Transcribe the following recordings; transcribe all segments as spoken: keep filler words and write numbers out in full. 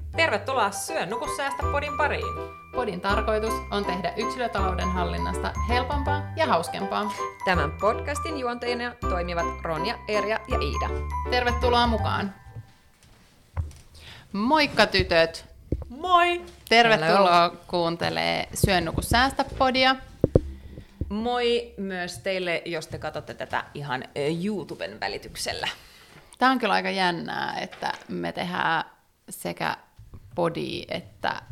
Tervetuloa Syö, nuku, säästä podin pariin. Podin tarkoitus on tehdä yksilötalouden hallinnasta helpompaa ja hauskempaa. Tämän podcastin juontajina toimivat Ronja, Erja ja Iida. Tervetuloa mukaan! Moikka tytöt! Moi! Tervetuloa kuuntelee Syö, nuku, säästä podia. Moi myös teille, jos te katsotte tätä ihan YouTuben välityksellä. Tämä on kyllä aika jännää, että me tehdään sekä podi että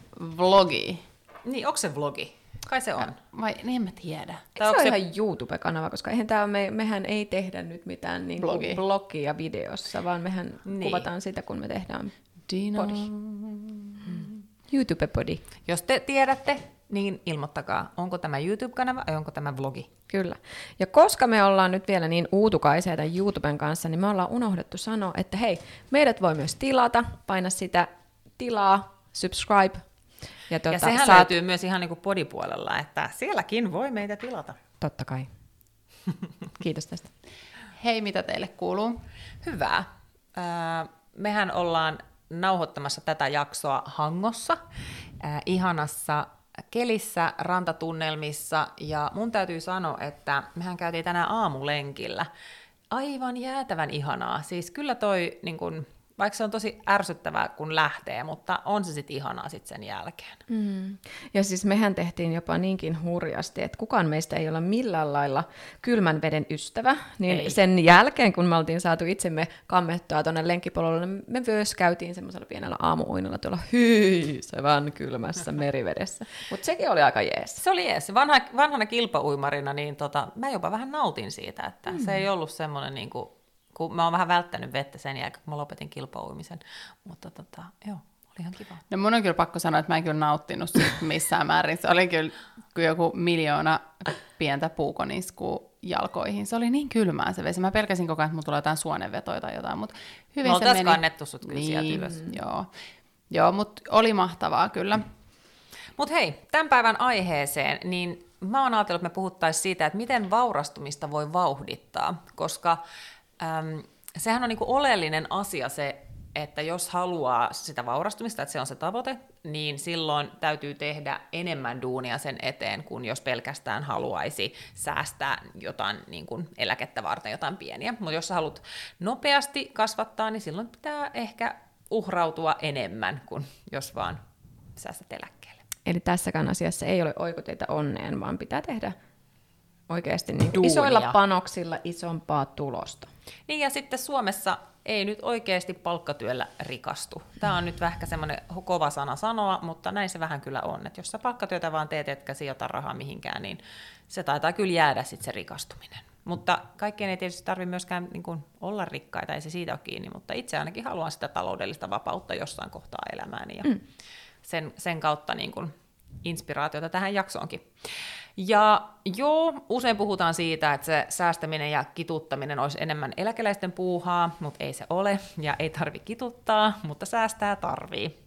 vlogi. Niin, onko se vlogi? Kai se on. Vai niin en mä tiedä. Eikö se ole se... ihan YouTube-kanava, koska eihän tää me, mehän ei tehdä nyt mitään niin Blogi. blogia videossa, vaan mehän niin. kuvataan sitä, kun me tehdään Dino. podi. Hmm. YouTube-podi. Jos te tiedätte, niin ilmoittakaa, onko tämä YouTube-kanava vai onko tämä vlogi. Kyllä. Ja koska me ollaan nyt vielä niin uutukaisia tämän YouTuben kanssa, niin me ollaan unohdettu sanoa, että hei, meidät voi myös tilata, paina sitä tilaa, subscribe. Ja, tuota, ja sehän saat... löytyy myös ihan niin kuin podipuolella, että sielläkin voi meitä tilata. Totta kai. Kiitos tästä. Hei, mitä teille kuuluu? Hyvä. Mehän ollaan nauhoittamassa tätä jaksoa Hangossa, ihanassa kelissä, rantatunnelmissa, ja mun täytyy sanoa, että mehän käytiin tänään aamulenkillä. Aivan jäätävän ihanaa. Siis kyllä toi, niin kun, vaikka se on tosi ärsyttävää, kun lähtee, mutta on se sitten ihanaa sit sen jälkeen. Mm. Ja siis mehän tehtiin jopa niinkin hurjasti, että kukaan meistä ei ole millään lailla kylmän veden ystävä, niin ei. Sen jälkeen, kun me oltiin saatu itsemme kammettua tuonne lenkkipolulle, niin me myös käytiin semmoisella pienellä aamu-uinalla tuolla hyysevän kylmässä merivedessä. Mutta sekin oli aika jees. Se oli jees. Vanha, vanhana kilpauimarina, niin tota, mä jopa vähän nautin siitä, että mm. se ei ollut semmoinen niinku... kun mä oon vähän välttänyt vettä sen jälkeen, kun mä lopetin kilpauimisen, mutta tota, joo, oli ihan kiva. No mun on kyllä pakko sanoa, että mä en kyllä nauttinut siitä missään määrin. Se oli kyllä joku miljoona pientä puukoniskua jalkoihin. Se oli niin kylmää se vesi. Mä pelkäsin koko ajan, että mulla tulee jotain suonenvetoja tai jotain, mutta hyvin me se meni. kannettu sut kyllä niin, sieltä ylös. Joo, joo mutta oli mahtavaa kyllä. Mutta hei, tämän päivän aiheeseen, niin mä oon ajatellut, että me puhuttaisiin siitä, että miten vaurastumista voi vauhdittaa, koska Ähm, sehän on niinku oleellinen asia se, että jos haluaa sitä vaurastumista, että se on se tavoite, niin silloin täytyy tehdä enemmän duunia sen eteen, kuin jos pelkästään haluaisi säästää jotain niin kuin eläkettä varten, jotain pieniä. Mutta jos sä haluat nopeasti kasvattaa, niin silloin pitää ehkä uhrautua enemmän kuin jos vaan säästät eläkkeelle. Eli tässäkään asiassa ei ole oikoteita onneen, vaan pitää tehdä oikeasti niin isoilla panoksilla isompaa tulosta. Niin ja sitten Suomessa ei nyt oikeasti palkkatyöllä rikastu. Tämä on nyt vähän semmoinen kova sana sanoa, mutta näin se vähän kyllä on. Että jos sä palkkatyötä vaan teet, etkä sijoita rahaa mihinkään, niin se taitaa kyllä jäädä sitten se rikastuminen. Mutta kaikkien ei tietysti tarvitse myöskään niin kuin olla rikkaita, ei se siitä ole kiinni, mutta itse ainakin haluan sitä taloudellista vapautta jossain kohtaa elämääni ja mm. sen, sen kautta niin kuin inspiraatiota tähän jaksoonkin. Ja joo, usein puhutaan siitä, että se säästäminen ja kituttaminen olisi enemmän eläkeläisten puuhaa, mutta ei se ole, ja ei tarvi kituttaa, mutta säästää tarvii.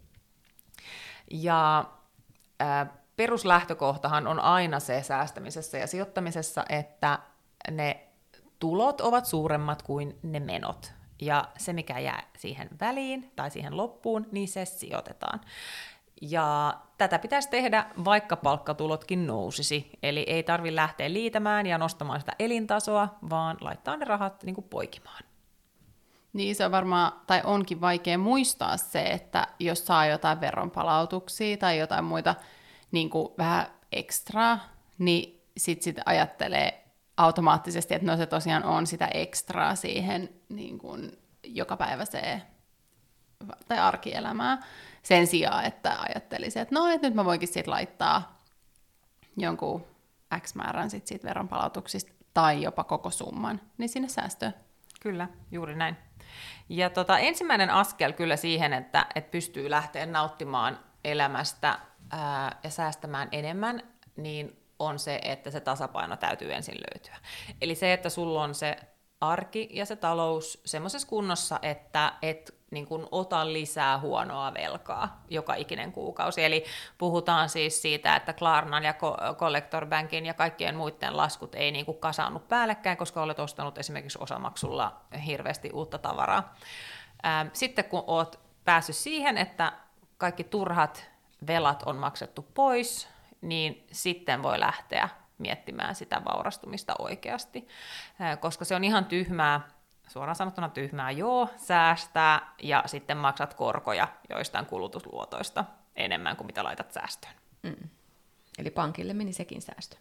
Ja ää, peruslähtökohtahan on aina se säästämisessä ja sijoittamisessa, että ne tulot ovat suuremmat kuin ne menot. Ja se, mikä jää siihen väliin tai siihen loppuun, niin se sijoitetaan. Ja tätä pitäisi tehdä, vaikka palkkatulotkin nousisi. Eli ei tarvitse lähteä liitämään ja nostamaan sitä elintasoa, vaan laittaa ne rahat niin kuin poikimaan. Niin se on varmaan, tai onkin vaikea muistaa se, että jos saa jotain veronpalautuksia tai jotain muita niin kuin vähän ekstraa, niin sitten sit ajattelee automaattisesti, että no se tosiaan on sitä ekstraa siihen niin kuin jokapäiväiseen tai arkielämään. Sen sijaan, että ajattelisi, että no, että nyt mä voinkin siitä laittaa jonkun X määrän sit siitä veronpalautuksista tai jopa koko summan, niin sinne säästöön. Kyllä, juuri näin. Ja tota, ensimmäinen askel kyllä siihen, että, että pystyy lähteä nauttimaan elämästä ää, ja säästämään enemmän, niin on se, että se tasapaino täytyy ensin löytyä. Eli se, että sulla on se arki ja se talous semmoisessa kunnossa, että et niin kun ota lisää huonoa velkaa joka ikinen kuukausi. Eli puhutaan siis siitä, että Klarnan ja Collector Bankin ja kaikkien muiden laskut ei niin kuin kasaannut päällekkäin, koska olet ostanut esimerkiksi osamaksulla hirveästi uutta tavaraa. Sitten kun olet päässyt siihen, että kaikki turhat velat on maksettu pois, niin sitten voi lähteä miettimään sitä vaurastumista oikeasti, koska se on ihan tyhmää, suoraan sanottuna tyhmää, joo, säästää ja sitten maksat korkoja joistain kulutusluotoista enemmän kuin mitä laitat säästöön. Mm. Eli pankille meni sekin säästö.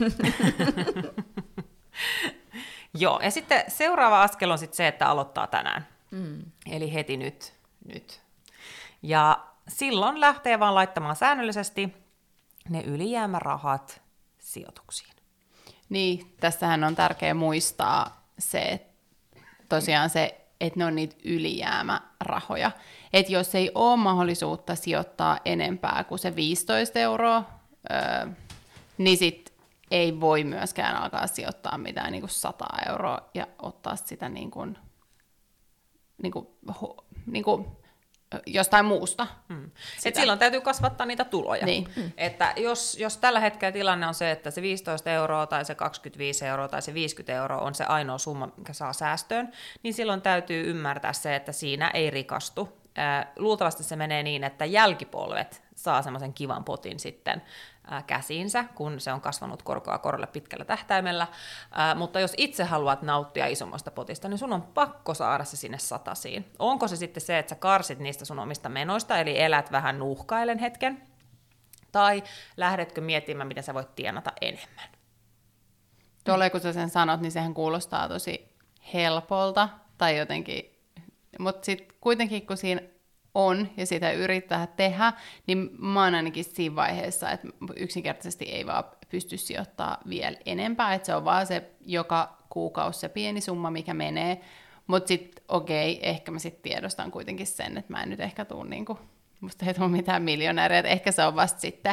Joo, ja sitten seuraava askel on sitten se, että aloittaa tänään. Mm. Eli heti nyt, nyt. Ja silloin lähtee vaan laittamaan säännöllisesti ne ylijäämärahat sijoituksiin. Niin, tässähän on tärkeää muistaa se, että tosiaan se, että ne on niitä ylijäämärahoja. Että jos ei ole mahdollisuutta sijoittaa enempää kuin se viisitoista euroa, öö, niin sit ei voi myöskään alkaa sijoittaa mitään niin kuin sata euroa ja ottaa sitä niin kuin, niin kuin, niin kuin jostain muusta. Hmm. Et silloin täytyy kasvattaa niitä tuloja. Niin. Hmm. Että jos, jos tällä hetkellä tilanne on se, että se viisitoista euroa tai se kaksikymmentäviisi euroa tai se viisikymmentä euroa on se ainoa summa, mikä saa säästöön, niin silloin täytyy ymmärtää se, että siinä ei rikastu. Luultavasti se menee niin, että jälkipolvet saa semmoisen kivan potin sitten käsiinsä, kun se on kasvanut korkoa korolle pitkällä tähtäimellä, Ää, mutta jos itse haluat nauttia isommasta potista, niin sun on pakko saada se sinne satasiin. Onko se sitten se, että sä karsit niistä sun omista menoista, eli elät vähän nuuhkailen hetken, tai lähdetkö miettimään, miten sä voit tienata enemmän? Tuolle kun sä sen sanot, niin sehän kuulostaa tosi helpolta, tai jotenkin, mutta sitten kuitenkin kun siinä on ja sitä yrittää tehdä, niin mä oon ainakin siinä vaiheessa, että yksinkertaisesti ei vaan pysty sijoittaa vielä enempää, että se on vaan se joka kuukausi se pieni summa, mikä menee, mutta sitten okei, okay, ehkä mä sitten tiedostan kuitenkin sen, että mä en nyt ehkä tule niinku, musta ei tule mitään miljonääriä, että ehkä se on vasta sitten,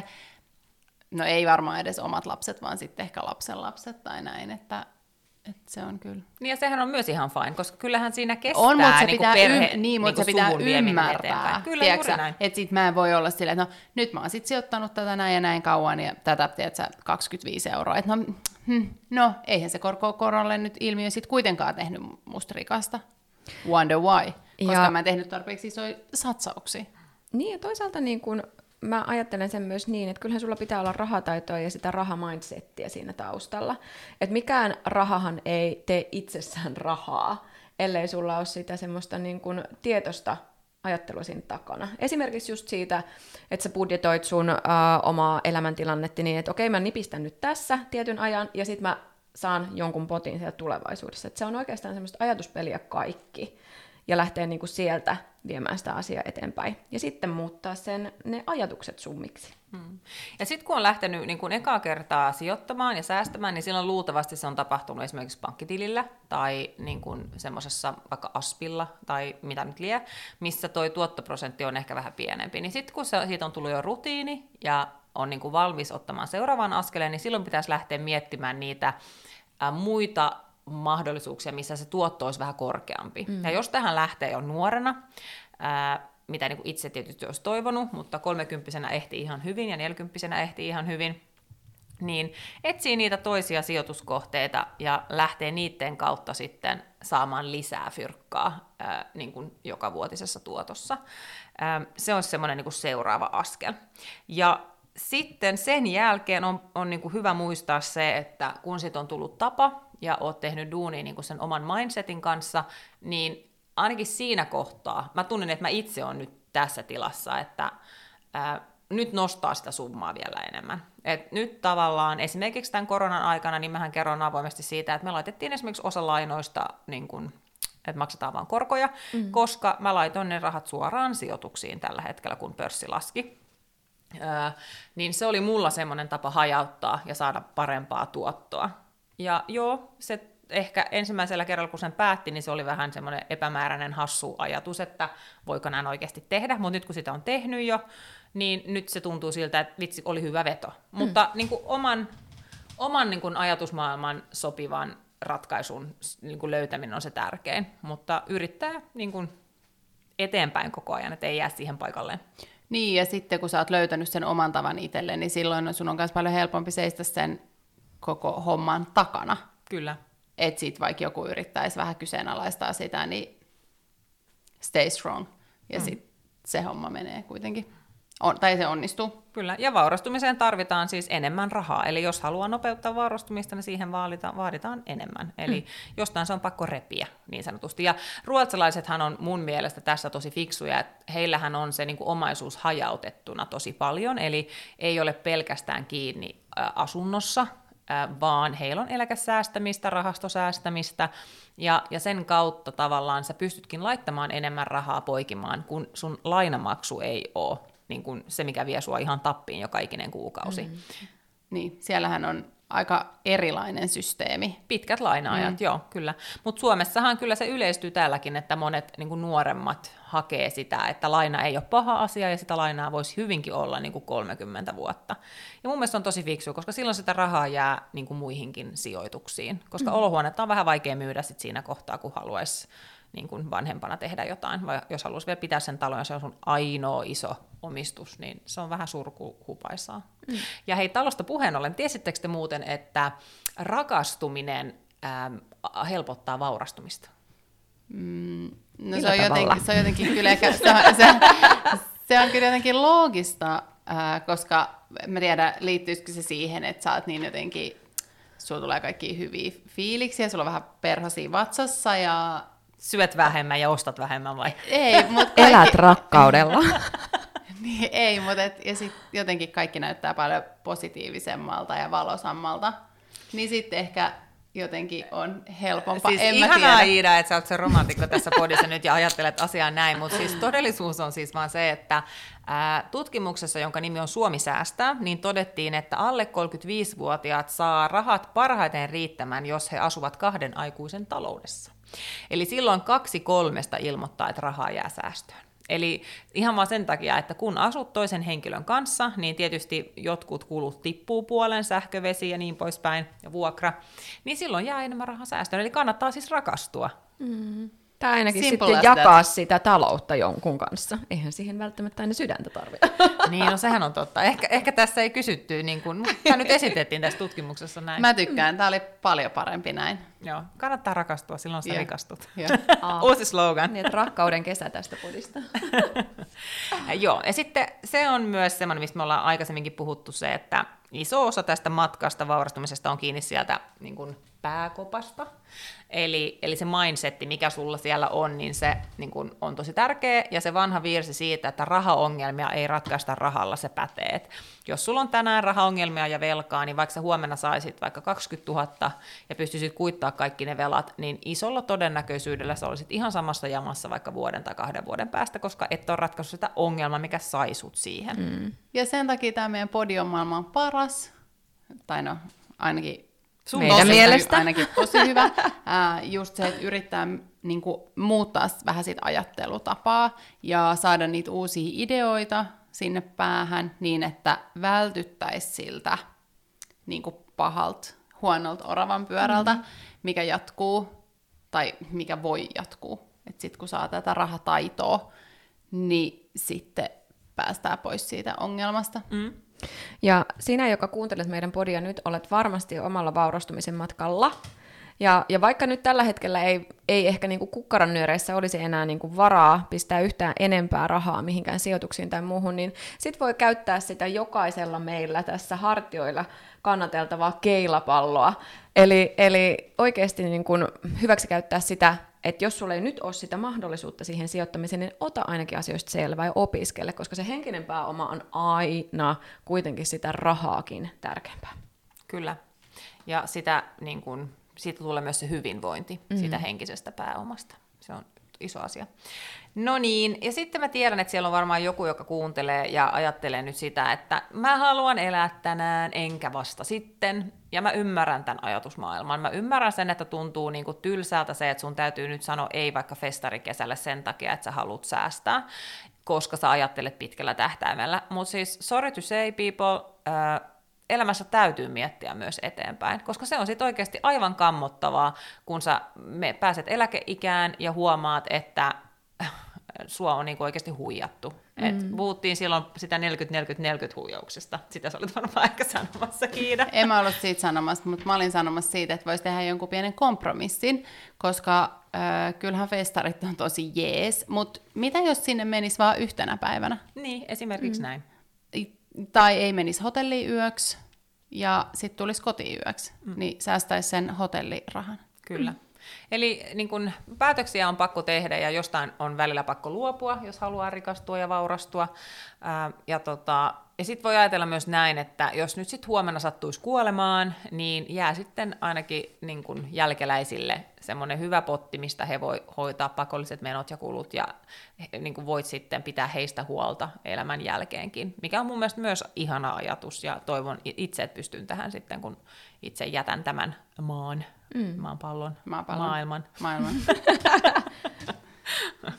no ei varmaan edes omat lapset, vaan sitten ehkä lapsen lapset tai näin, että että se on kyllä. Niin ja sehän on myös ihan fine, koska kyllähän siinä kestää on, mutta se niin pitää, perhe, ym- niin, mutta niin se pitää ymmärtää. eteenpäin. Kyllä, tiedätkö, juuri näin. että sit mä en voi olla silleen, että no nyt mä oon sit sijoittanut tätä näin ja näin kauan ja tätä, tiedätkö, kaksikymmentäviisi euroa. Että no, hm, no, eihän se korko korolle nyt ilmiö sit kuitenkaan tehnyt musta rikasta. Wonder why. Koska ja mä en tehnyt tarpeeksi isoja satsauksia. Niin ja toisaalta niin kun mä ajattelen sen myös niin, että kyllähän sulla pitää olla rahataitoa ja sitä rahamindsettiä siinä taustalla. Että mikään rahahan ei tee itsessään rahaa, ellei sulla ole sitä semmoista niin kuin tietoista ajattelua siinä takana. Esimerkiksi just siitä, että sä budjetoit sun äh, omaa elämäntilannetta niin, että okei, mä nipistän nyt tässä tietyn ajan ja sit mä saan jonkun potin sieltä tulevaisuudessa. Että se on oikeastaan semmoista ajatuspeliä kaikki. Ja lähtee niinku sieltä viemään sitä asiaa eteenpäin. Ja sitten muuttaa sen, ne ajatukset summiksi. Hmm. Ja sitten kun on lähtenyt niin kun ekaa kertaa sijoittamaan ja säästämään, niin silloin luultavasti se on tapahtunut esimerkiksi pankkitilillä tai niin kun semmoisessa vaikka Aspilla tai mitä nyt lie, missä toi tuottoprosentti on ehkä vähän pienempi. Niin sitten kun se, siitä on tullut jo rutiini ja on niin kun valmis ottamaan seuraavan askeleen, niin silloin pitäisi lähteä miettimään niitä ä, muita mahdollisuuksia, missä se tuotto olisi vähän korkeampi. Mm. Ja jos tähän lähtee jo nuorena, ää, mitä niin kuin itse tietysti olisi toivonut, mutta kolmekymppisenä ehti ihan hyvin ja neljäkymppisenä ehti ihan hyvin, niin etsii niitä toisia sijoituskohteita ja lähtee niiden kautta sitten saamaan lisää fyrkkaa ää, niin kuin jokavuotisessa tuotossa. Ää, se on semmoinen niin kuin seuraava askel. Ja sitten sen jälkeen on, on niin kuin hyvä muistaa se, että kun sit on tullut tapa ja oot tehnyt duunia niin kuin sen oman mindsetin kanssa, niin ainakin siinä kohtaa, mä tunnen, että mä itse olen nyt tässä tilassa, että ää, nyt nostaa sitä summaa vielä enemmän. Et nyt tavallaan esimerkiksi tämän koronan aikana, niin mähän kerron avoimesti siitä, että me laitettiin esimerkiksi osa lainoista, niin kuin, että maksetaan vaan korkoja, mm. koska mä laitoin ne rahat suoraan sijoituksiin tällä hetkellä, kun pörssi laski. Öö, niin se oli mulla semmoinen tapa hajauttaa ja saada parempaa tuottoa. Ja joo, se ehkä ensimmäisellä kerralla, kun sen päätti, niin se oli vähän semmoinen epämääräinen hassu ajatus, että voiko näin oikeasti tehdä, mutta nyt kun sitä on tehnyt jo, niin nyt se tuntuu siltä, että vitsi, oli hyvä veto. Mm. Mutta niin kuin oman, oman niin kuin ajatusmaailman sopivan ratkaisun niin kuin löytäminen on se tärkein, mutta yrittää niin kuin eteenpäin koko ajan, että ei jää siihen paikalleen. Niin, ja sitten kun sä oot löytänyt sen oman tavan itselle, niin silloin sun on myös paljon helpompi seistä sen koko homman takana. Kyllä. Että sit vaikka joku yrittäisi vähän kyseenalaistaa sitä, niin stay strong. Ja mm. sit se homma menee kuitenkin. On, tai se onnistuu. Kyllä, ja vaurastumiseen tarvitaan siis enemmän rahaa. Eli jos haluaa nopeuttaa vaurastumista, niin siihen vaaditaan, vaaditaan enemmän. Eli mm. jostain se on pakko repiä, niin sanotusti. Ja ruotsalaisethan on mun mielestä tässä tosi fiksuja, että heillähän on se niin kuin omaisuus hajautettuna tosi paljon, eli ei ole pelkästään kiinni ä, asunnossa, ä, vaan heillä on eläkesäästämistä, rahastosäästämistä, ja, ja sen kautta tavallaan sä pystytkin laittamaan enemmän rahaa poikimaan, kun sun lainamaksu ei ole niin kuin se, mikä vie sua ihan tappiin joka ikinen kuukausi. Mm. Niin, siellähän on aika erilainen systeemi. Pitkät laina-ajat, mm. joo, kyllä. Mutta Suomessahan kyllä se yleistyy täälläkin, että monet niin kuin nuoremmat hakee sitä, että laina ei ole paha asia, ja sitä lainaa voisi hyvinkin olla niin kuin kolmekymmentä vuotta. Ja mun mielestä on tosi fiksu, koska silloin sitä rahaa jää niin kuin muihinkin sijoituksiin, koska mm. olohuonetta on vähän vaikea myydä sit siinä kohtaa, kun haluaisi niin kuin vanhempana tehdä jotain, vai jos haluaisi vielä pitää sen talon, ja se on sun ainoa iso omistus, niin se on vähän surkuhupaisaa. Mm. Ja hei, talosta puheen ollen, tiesittekö te muuten, että rakastuminen ähm, helpottaa vaurastumista? Mm, no se on, jotenkin, se on jotenkin kyllä, se, se, se on kyllä jotenkin loogista, äh, koska mä tiedän, liittyisikö se siihen, että sä oot niin jotenkin, sulla tulee kaikki hyviä fiiliksiä, sulla on vähän perhosia vatsassa ja syöt vähemmän ja ostat vähemmän vai? Ei, mutta kaikki... Elät rakkaudella. Niin, ei, mutta et, ja sit jotenkin kaikki näyttää paljon positiivisemmalta ja valosammalta. Niin sitten ehkä jotenkin on helpompaa. Siis en ihanaa, mä tiedä. Iida, että sä oot se romantikko tässä podissa nyt ja ajattelet asiaa näin, mutta siis todellisuus on siis vaan se, että ää, tutkimuksessa, jonka nimi on Suomi säästää, niin todettiin, että alle kolmekymmentäviisivuotiaat saa rahat parhaiten riittämään, jos he asuvat kahden aikuisen taloudessa. Eli silloin kaksi kolmesta ilmoittaa, että rahaa jää säästöön. Eli ihan vaan sen takia, että kun asut toisen henkilön kanssa, niin tietysti jotkut kulut tippuu puolen, sähkö, vesi ja niin poispäin, ja vuokra, niin silloin jää enemmän rahaa säästöön. Eli kannattaa siis rakastua. Mm. Tai ainakin Simple sitten as jakaa that. sitä taloutta jonkun kanssa. Eihän siihen välttämättä aina sydäntä tarvita. Niin, no sehän on totta. Ehkä, ehkä tässä ei kysytty, niin kuin tämä nyt esitettiin tässä tutkimuksessa näin. Mä tykkään, tää oli paljon parempi näin. Joo, kannattaa rakastua, silloin sä Joo. rikastut. Joo. Uusi slogan. Niin, että rakkauden kesä tästä podista. Joo, ja sitten se on myös semmoinen, mistä me ollaan aikaisemminkin puhuttu se, että iso osa tästä matkasta vaurastumisesta on kiinni sieltä niin kuin pääkopasta. Eli, eli se mindsetti, mikä sulla siellä on, niin se niin kuin on tosi tärkeä. Ja se vanha virsi siitä, että rahaongelmia ei ratkaista rahalla, se pätee. Et jos sulla on tänään rahaongelmia ja velkaa, niin vaikka sä huomenna saisit vaikka kaksikymmentätuhatta ja pystyisit kuittaa kaikki ne velat, niin isolla todennäköisyydellä sä olisit ihan samassa jamassa vaikka vuoden tai kahden vuoden päästä, koska et ole ratkaissut sitä ongelmaa, mikä sai sut siihen. Mm. Ja sen takia tämä meidän podi on maailman paras, tai no ainakin Sun meidän tosi, mielestä. ainakin tosi hyvä. Ää, just se, että yrittää niin kuin, muuttaa vähän sit ajattelutapaa ja saada niitä uusia ideoita sinne päähän niin, että vältyttäisiin siltä niin kuin pahalta, huonolta oravan pyörältä, mm-hmm. mikä jatkuu tai mikä voi jatkuu. Että sitten kun saa tätä rahataitoa, niin sitten päästään pois siitä ongelmasta. Mm. Ja sinä, joka kuuntelet meidän podia nyt, olet varmasti omalla vaurastumisen matkalla. Ja, ja vaikka nyt tällä hetkellä ei, ei ehkä niin kuin kukkarannyöreissä olisi enää niin kuin varaa pistää yhtään enempää rahaa mihinkään sijoituksiin tai muuhun, niin sit voi käyttää sitä jokaisella meillä tässä hartioilla kannateltavaa keilapalloa. Eli, eli oikeasti niin kuin hyväksi käyttää sitä, että jos sulla ei nyt ole sitä mahdollisuutta siihen sijoittamiseen, niin ota ainakin asioista selvää ja opiskele, koska se henkinen pääoma on aina kuitenkin sitä rahaakin tärkeämpää. Kyllä. Ja sitä, niin kun, siitä tulee myös se hyvinvointi, mm-hmm. siitä henkisestä pääomasta. Se on iso asia. No niin, ja sitten mä tiedän, että siellä on varmaan joku, joka kuuntelee ja ajattelee nyt sitä, että mä haluan elää tänään, enkä vasta sitten. Ja mä ymmärrän tämän ajatusmaailman. Mä ymmärrän sen, että tuntuu niin kuin tylsältä se, että sun täytyy nyt sanoa ei vaikka festarikesälle sen takia, että sä haluat säästää, koska sä ajattelet pitkällä tähtäimellä. Mutta siis, sorry to say people, äh, elämässä täytyy miettiä myös eteenpäin, koska se on sitten oikeasti aivan kammottavaa, kun sä me pääset eläkeikään ja huomaat, että sua on niinku oikeasti huijattu. Mm. Et puhuttiin silloin sitä neljäkymmentä neljäkymmentä neljäkymmentä huijauksesta. Sitä sä olit varmaan ehkä sanomassa, Kiina. En mä ollut siitä sanomassa, mutta mä olin sanomassa siitä, että voisi tehdä jonkun pienen kompromissin, koska äh, kyllähän festarit on tosi jees, mutta mitä jos sinne menisi vaan yhtenä päivänä? Niin, esimerkiksi mm. näin. Tai ei menisi hotelliin yöksi ja sitten tulisi kotiin yöksi, mm. niin säästäisi sen hotellirahan. Kyllä. Mm. Eli niin kun, päätöksiä on pakko tehdä ja jostain on välillä pakko luopua, jos haluaa rikastua ja vaurastua. Ää, ja tota, ja sitten voi ajatella myös näin, että jos nyt sitten huomenna sattuisi kuolemaan, niin jää sitten ainakin niin kun jälkeläisille semmoinen hyvä potti, mistä he voi hoitaa pakolliset menot ja kulut ja niin kun voit sitten pitää heistä huolta elämän jälkeenkin, mikä on mun mielestä myös ihana ajatus ja toivon itse, että pystyn tähän sitten, kun itse jätän tämän maan. Mm. Maanpallon, Maapallon, maailman. maailman. uh,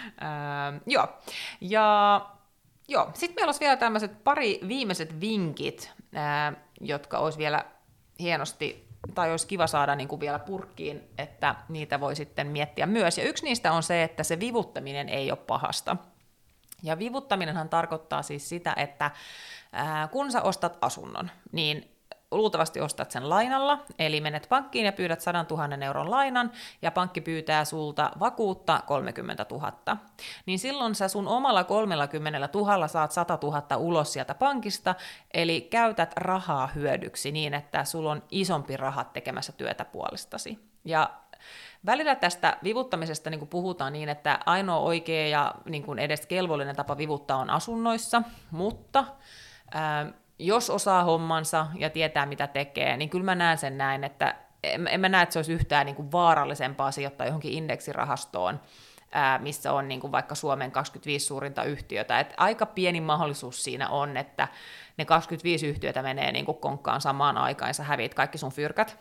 joo, ja joo. Sitten meillä olisi vielä tämmöiset pari viimeiset vinkit, uh, jotka olisi vielä hienosti, tai olisi kiva saada niin kuin vielä purkkiin, että niitä voi sitten miettiä myös. Ja yksi niistä on se, että se vivuttaminen ei ole pahasta. Ja vivuttaminenhan tarkoittaa siis sitä, että uh, kun sä ostat asunnon, niin luultavasti ostat sen lainalla, eli menet pankkiin ja pyydät sadantuhannen euron lainan, ja pankki pyytää sulta vakuutta kolmekymmentätuhatta. Niin silloin sä sun omalla kolmellakymmenellätuhannella saat satatuhatta ulos sieltä pankista, eli käytät rahaa hyödyksi niin, että sulla on isompi rahat tekemässä työtä puolestasi. Ja välillä tästä vivuttamisesta niin kuin puhutaan niin, että ainoa oikea ja niin kuin edes kelvollinen tapa vivuttaa on asunnoissa, mutta ää, jos osaa hommansa ja tietää, mitä tekee, niin kyllä mä näen sen näin, että en, en mä näe, että se olisi yhtään niin kuin vaarallisempaa sijoittaa johonkin indeksirahastoon, ää, missä on niin kuin vaikka Suomen kaksikymmentäviisi suurinta yhtiötä. Et aika pieni mahdollisuus siinä on, että ne kaksikymmentäviisi yhtiötä menee niin kuin konkkaan samaan aikaan, ja sä häviit kaikki sun fyrkät.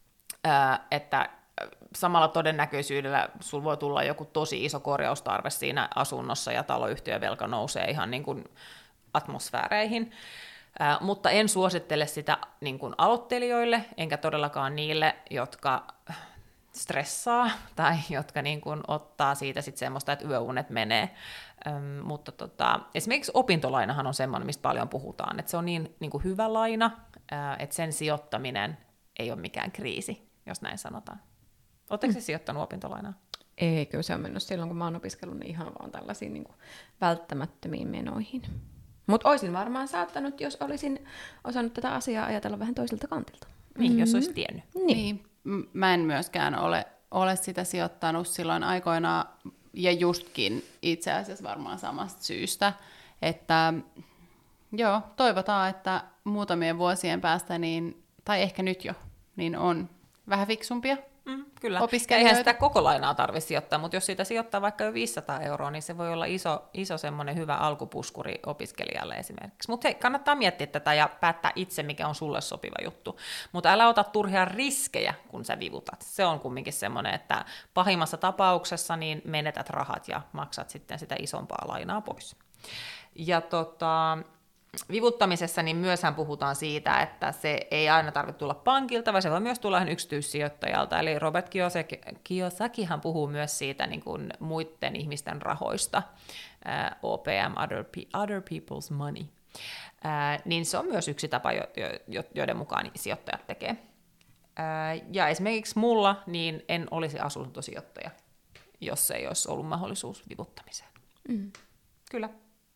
Ää, että samalla todennäköisyydellä sulla voi tulla joku tosi iso korjaustarve siinä asunnossa, ja taloyhtiövelka nousee ihan niin kuin atmosfääreihin. Uh, mutta en suosittele sitä niin kuin aloittelijoille, enkä todellakaan niille, jotka stressaa tai jotka niin kuin ottaa siitä sit semmoista, että yöunet menee. Um, mutta tota, esimerkiksi opintolainahan on semmoinen, mistä paljon puhutaan, että se on niin, niin kuin hyvä laina, uh, että sen sijoittaminen ei ole mikään kriisi, jos näin sanotaan. Oletteko mm. sijoittanut opintolainaa? Ei, kyllä se on mennyt silloin, kun mä oon opiskellut, niin ihan vaan tällaisiin niin kuin välttämättömiin menoihin. Mutta olisin varmaan saattanut, jos olisin osannut tätä asiaa ajatella vähän toiselta kantilta. Niin, mm-hmm. jos olisi tiennyt. Niin. niin. Mä en myöskään ole, ole sitä sijoittanut silloin aikoinaan, ja justkin itse asiassa varmaan samasta syystä, että joo, toivotaan, että muutamien vuosien päästä, niin, tai ehkä nyt jo, niin on vähän fiksumpia. Mm, kyllä. Eihän sitä koko lainaa tarvitse sijoittaa, mutta jos siitä sijoittaa vaikka jo viisisataa euroa, niin se voi olla iso, iso semmoinen hyvä alkupuskuri opiskelijalle esimerkiksi. Mutta hei, kannattaa miettiä tätä ja päättää itse, mikä on sulle sopiva juttu. Mutta älä ota turhia riskejä, kun sä vivutat. Se on kumminkin semmoinen, että pahimmassa tapauksessa niin menetät rahat ja maksat sitten sitä isompaa lainaa pois. Ja tota... Vivuttamisessa niin myöshän puhutaan siitä, että se ei aina tarvitse tulla pankilta, vaan se voi myös tulla ihan yksityissijoittajalta. Eli Robert Kiyosaki, Kiyosakihan puhuu myös siitä niin kuin muiden ihmisten rahoista, uh, O P M, other, other people's money. Uh, niin se on myös yksi tapa, jo, jo, joiden mukaan sijoittajat tekee. Uh, ja esimerkiksi mulla niin en olisi asuntosijoittaja, jos ei olisi ollut mahdollisuus vivuttamiseen. Mm. Kyllä.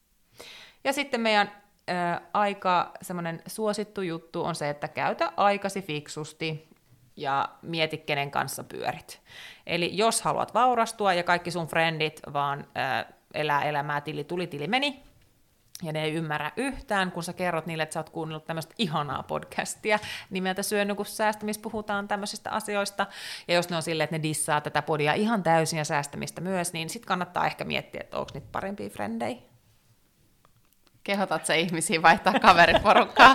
Ja sitten meidän Ää, aika semmoinen suosittu juttu on se, että käytä aikasi fiksusti ja mieti, kenen kanssa pyörit. Eli jos haluat vaurastua ja kaikki sun frendit vaan ää, elää elämää tili tuli tili meni, ja ne ei ymmärrä yhtään, kun sä kerrot niille, että sä oot kuunnellut tämmöistä ihanaa podcastia nimeltä Syönukussäästö, missä puhutaan tämmöisistä asioista, ja jos ne on silleen, että ne dissaa tätä podia ihan täysin ja säästämistä myös, niin sit kannattaa ehkä miettiä, että onko niitä parempia frendejä. Kehotat sä ihmisiä vaihtaa kaveriporukkaa?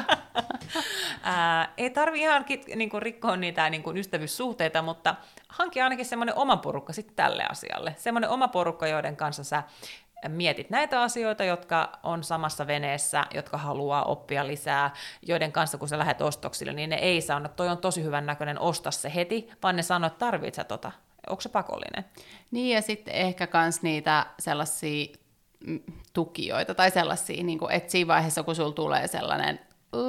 Ää, ei tarvi ihan niinku, rikkoa niitä niinku, ystävyyssuhteita, mutta hanki ainakin semmoinen oma porukka sitten tälle asialle. Semmoinen oma porukka, joiden kanssa sä mietit näitä asioita, jotka on samassa veneessä, jotka haluaa oppia lisää, joiden kanssa kun sä lähdet ostoksille, niin ne ei sano, että toi on tosi hyvän näköinen, osta se heti, vaan ne sanoo, että tarvit sä tota, onko se pakollinen? Niin, ja sitten ehkä kans niitä sellaisia tukijoita tai sellaisia, niin kuin, että siinä vaiheessa, kun sulla tulee sellainen,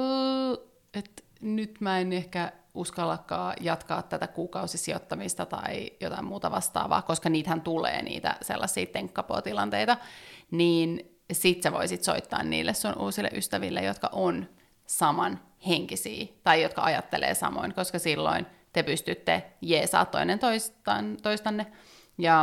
että nyt mä en ehkä uskallakaan jatkaa tätä kuukausisijoittamista tai jotain muuta vastaavaa, koska niitähän tulee niitä sellaisia tenkkapotilanteita, niin sit sä voisit soittaa niille sun uusille ystäville, jotka on saman henkisiä tai jotka ajattelee samoin, koska silloin te pystytte jeesaa toinen toistan, toistanne ja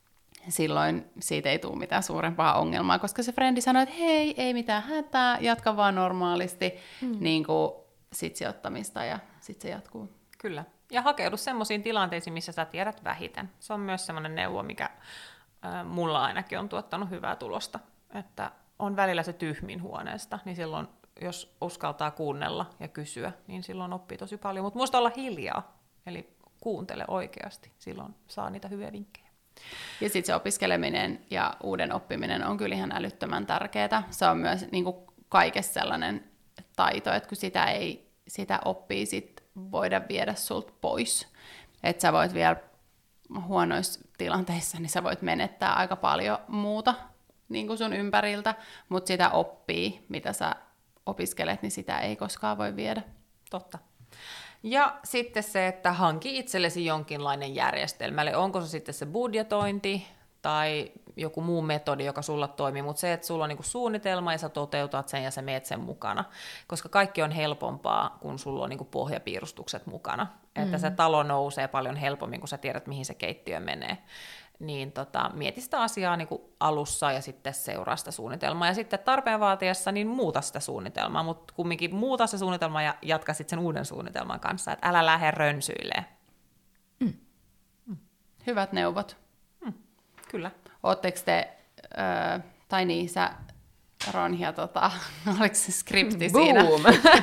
silloin siitä ei tule mitään suurempaa ongelmaa, koska se frendi sanoo, että hei, ei mitään hätää, jatka vaan normaalisti mm. niin kuin sit sijoittamista ja sit se jatkuu. Kyllä. Ja hakeudu semmoisiin tilanteisiin, missä sä tiedät vähiten. Se on myös semmoinen neuvo, mikä äh, mulla ainakin on tuottanut hyvää tulosta. Että on välillä se tyhmin huoneesta, niin silloin jos uskaltaa kuunnella ja kysyä, niin silloin oppii tosi paljon. Mutta muista olla hiljaa, eli kuuntele oikeasti, silloin saa niitä hyviä vinkkejä. Ja sitten se opiskeleminen ja uuden oppiminen on kyllä ihan älyttömän tärkeää. Se on myös niin kuin kaikessa sellainen taito, että kun sitä ei sitä oppii, sit voida viedä sulta pois. Että sä voit vielä huonoissa tilanteissa, niin sä voit menettää aika paljon muuta niin kuin sun ympäriltä, mutta sitä oppii, mitä sä opiskelet, niin sitä ei koskaan voi viedä. Totta. Ja sitten se, että hanki itsellesi jonkinlainen järjestelmä, eli onko se sitten se budjetointi tai joku muu metodi, joka sulla toimii, mutta se, että sulla on niinku suunnitelma ja sä toteutat sen ja sä meet sen mukana, koska kaikki on helpompaa, kun sulla on niinku pohjapiirustukset mukana, mm-hmm. että se talo nousee paljon helpommin, kun sä tiedät, mihin se keittiö menee. Niin tota, mieti sitä asiaa niin kuin alussa ja sitten seuraa sitä suunnitelmaa. Ja sitten tarpeen vaatiessa, niin muuta sitä suunnitelmaa, mutta kumminkin muuta se suunnitelma ja jatka sitten sen uuden suunnitelman kanssa, että älä lähde rönsyilemään. Mm. Mm. Hyvät neuvot. Mm. Kyllä. Ootteko te, äh, tai niin, sä Ronja, tota, oliko se skripti siinä? Boom!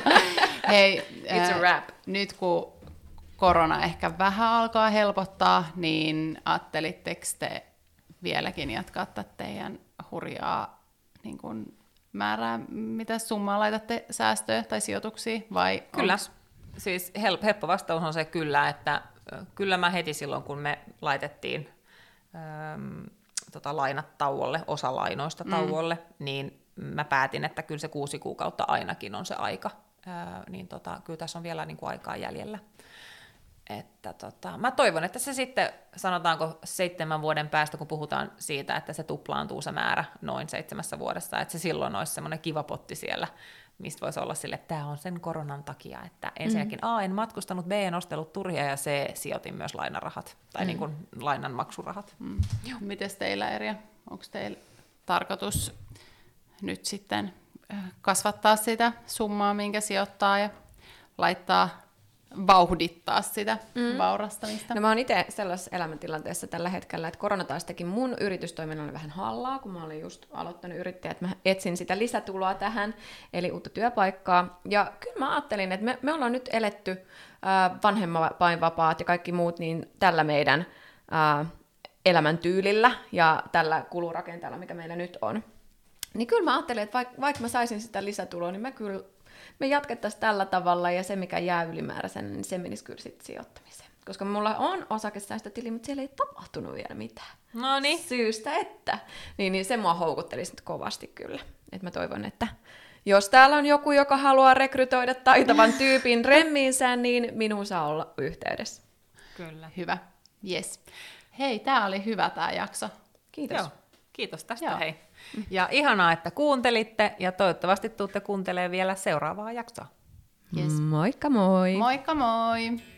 Hei, It's a wrap. Nyt kun korona ehkä vähän alkaa helpottaa, niin ajattelitteko te vieläkin jatkaa tätä teidän hurjaa niin kun määrää, mitä summaa laitatte säästöä tai sijoituksia? Vai kyllä. Onks... Siis helppo vastaus on se kyllä, että kyllä mä heti silloin, kun me laitettiin ähm, tota, lainat tauolle, osa lainoista tauolle, mm. niin mä päätin, että kyllä se kuusi kuukautta ainakin on se aika. Äh, niin tota, kyllä tässä on vielä niin kuin aikaa jäljellä. Että tota, mä toivon, että se sitten, sanotaanko seitsemän vuoden päästä, kun puhutaan siitä, että se tuplaantuu se määrä noin seitsemässä vuodessa, että se silloin olisi semmoinen kiva potti siellä, mistä voisi olla sille, että tämä on sen koronan takia, että ensinnäkin mm. A, en matkustanut, B, en ostellut turhia ja C, sijoitin myös lainarahat, tai mm. niin kuin lainan maksurahat. Mm. Mites teillä, Erja? Onko teillä tarkoitus nyt sitten kasvattaa sitä summaa, minkä sijoittaa ja laittaa vauhdittaa sitä mm. vaurastamista? No mä oon itse sellaisessa elämäntilanteessa tällä hetkellä, että korona taas teki mun yritystoiminnalle vähän hallaa, kun mä olin just aloittanut yrittäjä, että mä etsin sitä lisätuloa tähän, eli uutta työpaikkaa. Ja kyllä mä ajattelin, että me, me ollaan nyt eletty äh, vanhempainvapaat ja kaikki muut niin tällä meidän äh, elämäntyylillä ja tällä kulurakenteella, mikä meillä nyt on. Niin kyllä mä ajattelin, että vaikka vaik mä saisin sitä lisätuloa, niin mä kyllä me jatkettaisiin tällä tavalla, ja se, mikä jää ylimääräisenä, niin se menisi kyllä sitten sijoittamiseen. Koska mulla on osakesäästötili, mutta siellä ei tapahtunut vielä mitään. No niin. Syystä, että. Niin, niin se mua houkuttelisi nyt kovasti kyllä. Et mä toivon, että jos täällä on joku, joka haluaa rekrytoida taitavan tyypin remmiinsä, niin minun saa olla yhteydessä. Kyllä. Hyvä. Yes. Hei, tää oli hyvä tää jakso. Kiitos. Joo. Kiitos tästä, Joo. hei. Ja ihanaa, että kuuntelitte, ja toivottavasti tuutte kuuntelemaan vielä seuraavaa jaksoa. Yes. Moikka moi! Moikka moi!